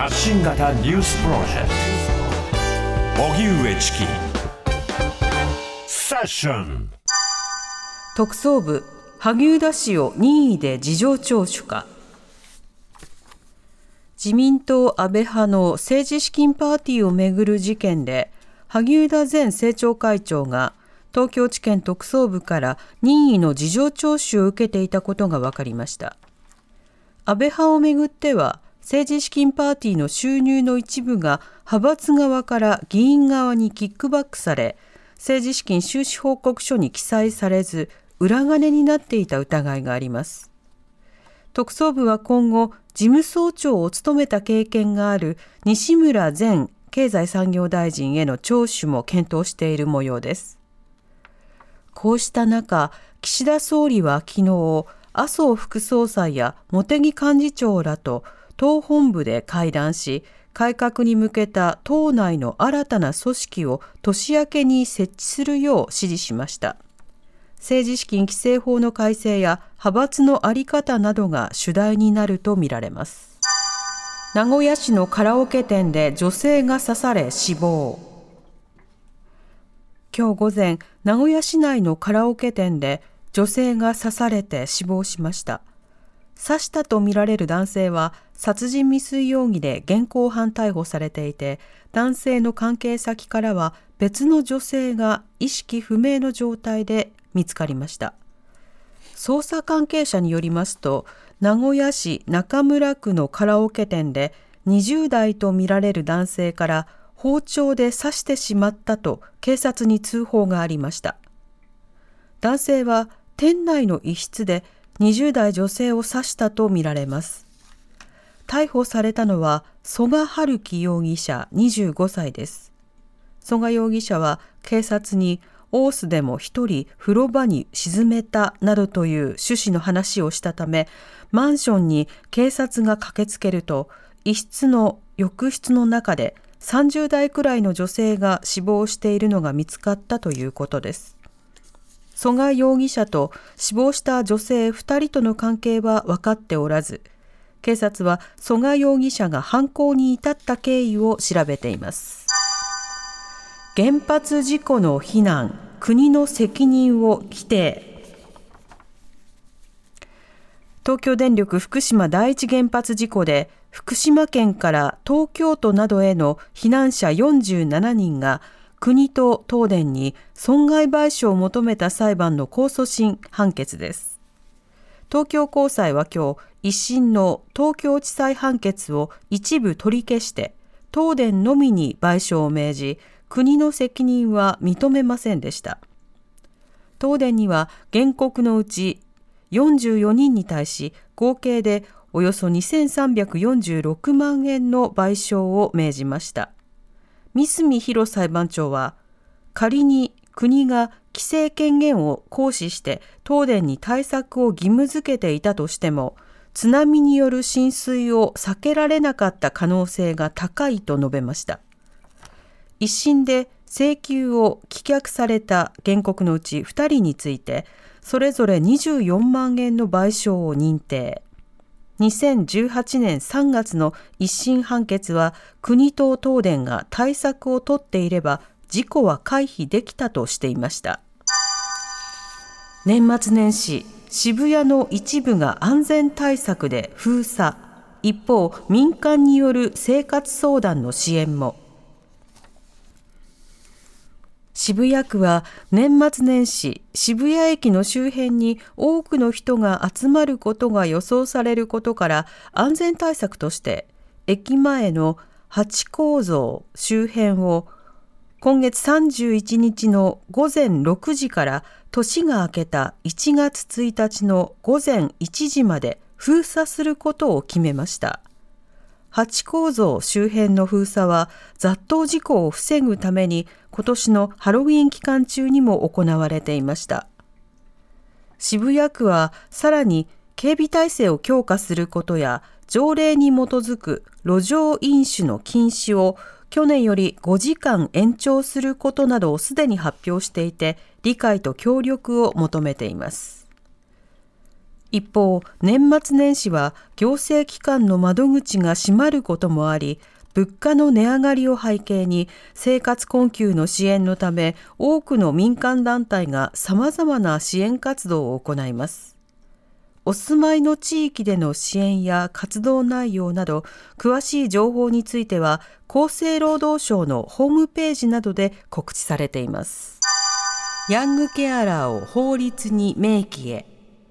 発信型ニュースプロジェクト荻上チキセッション。 特捜部萩生田氏を任意で事情聴取か。自民党安倍派の政治資金パーティーをめぐる事件で、萩生田前政調会長が東京地検特捜部から任意の事情聴取を受けていたことが分かりました。安倍派をめぐっては、政治資金パーティーの収入の一部が派閥側から議員側にキックバックされ、政治資金収支報告書に記載されず、裏金になっていた疑いがあります。特捜部は今後、事務総長を務めた経験がある西村前経済産業大臣への聴取も検討している模様です。こうした中、岸田総理は昨日、麻生副総裁や茂木幹事長らと党本部で会談し、改革に向けた党内の新たな組織を年明けに設置するよう指示しました。政治資金規正法の改正や派閥の在り方などが主題になるとみられます。名古屋市のカラオケ店で女性が刺され死亡。今日午前、名古屋市内のカラオケ店で女性が刺されて死亡しました。刺したとみられる男性は殺人未遂容疑で現行犯逮捕されていて、男性の関係先からは別の女性が意識不明の状態で見つかりました。捜査関係者によりますと、名古屋市中村区のカラオケ店で20代とみられる男性から包丁で刺してしまったと警察に通報がありました。男性は店内の一室で20代女性を刺したとみられます。逮捕されたのは曽我春樹容疑者25歳です。曽我容疑者は警察に大須でも一人風呂場に沈めたなどという趣旨の話をしたため、マンションに警察が駆けつけると、一室の浴室の中で30代くらいの女性が死亡しているのが見つかったということです。曽我容疑者と死亡した女性2人との関係は分かっておらず、警察は曽我容疑者が犯行に至った経緯を調べています。原発事故の非難、国の責任を規定。東京電力福島第一原発事故で、福島県から東京都などへの避難者47人が国と東電に損害賠償を求めた裁判の控訴審判決です。東京高裁は今日、一審の東京地裁判決を一部取り消して、東電のみに賠償を命じ、国の責任は認めませんでした。東電には原告のうち44人に対し合計でおよそ2346万円の賠償を命じました。三角博裁判長は、仮に国が規制権限を行使して東電に対策を義務付けていたとしても、津波による浸水を避けられなかった可能性が高いと述べました。一審で請求を棄却された原告のうち2人について、それぞれ24万円の賠償を認定。2018年3月の一審判決は、国と東電が対策を取っていれば事故は回避できたとしていました。年末年始、渋谷の一部が安全対策で封鎖。一方、民間による生活相談の支援も。渋谷区は年末年始、渋谷駅の周辺に多くの人が集まることが予想されることから、安全対策として駅前のハチ公像周辺を今月31日の午前6時から年が明けた1月1日の午前1時まで封鎖することを決めました。ハチ公像周辺の封鎖は雑踏事故を防ぐために今年のハロウィン期間中にも行われていました。渋谷区はさらに警備体制を強化することや、条例に基づく路上飲酒の禁止を去年より5時間延長することなどをすでに発表していて、理解と協力を求めています。 一方、年末年始は行政機関の窓口が閉まることもあり、物価の値上がりを背景に生活困窮の支援のため、多くの民間団体がさまざまな支援活動を行います。お住まいの地域での支援や活動内容など、詳しい情報については厚生労働省のホームページなどで告知されています。ヤングケアラーを法律に明記へ。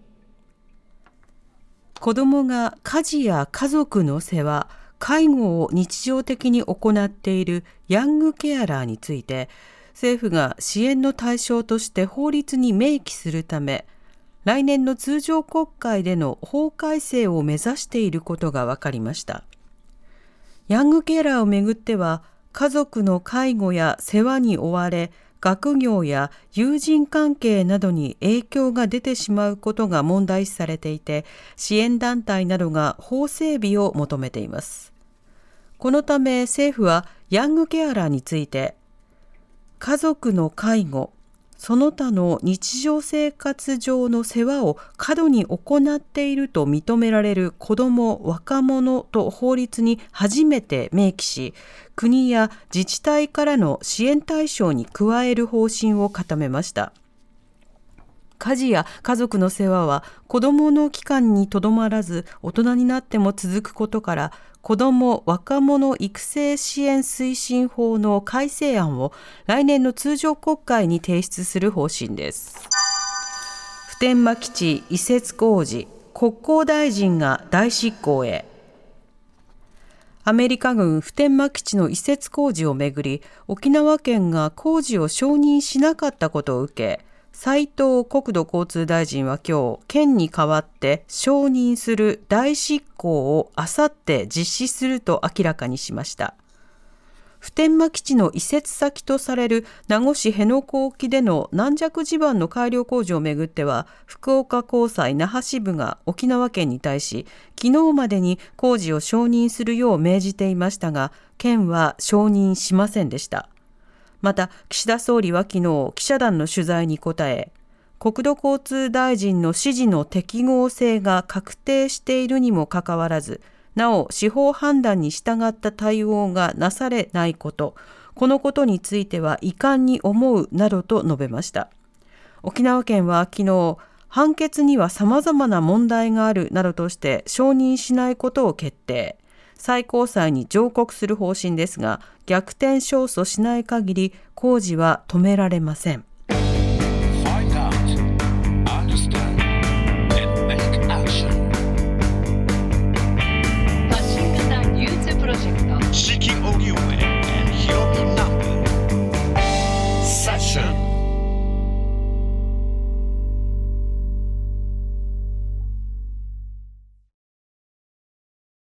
子どもが家事や家族の世話、介護を日常的に行っているヤングケアラーについて、政府が支援の対象として法律に明記するため、来年の通常国会での法改正を目指していることが分かりました。ヤングケアラーをめぐっては、家族の介護や世話に追われ、学業や友人関係などに影響が出てしまうことが問題視されていて、支援団体などが法整備を求めています。このため政府はヤングケアラーについて、家族の介護、その他の日常生活上の世話を過度に行っていると認められる子ども・若者と法律に初めて明記し、国や自治体からの支援対象に加える方針を固めました。家事や家族の世話は子どもの期間にとどまらず大人になっても続くことから、子ども・若者育成支援推進法の改正案を来年の通常国会に提出する方針です。普天間基地移設工事、国交大臣が代執行へ。アメリカ軍普天間基地の移設工事をめぐり、沖縄県が工事を承認しなかったことを受け、斉藤国土交通大臣は今日、県に代わって承認する代執行をあさって実施すると明らかにしました。普天間基地の移設先とされる名護市辺野古沖での軟弱地盤の改良工事をめぐっては、福岡高裁那覇支部が沖縄県に対し、昨日までに工事を承認するよう命じていましたが、県は承認しませんでした。また、岸田総理は昨日、記者団の取材に答え、国土交通大臣の指示の適合性が確定しているにもかかわらず、なお司法判断に従った対応がなされないこと、このことについては遺憾に思うなどと述べました。沖縄県は昨日、判決には様々な問題があるなどとして承認しないことを決定。最高裁に上告する方針ですが、逆転勝訴しない限り工事は止められません。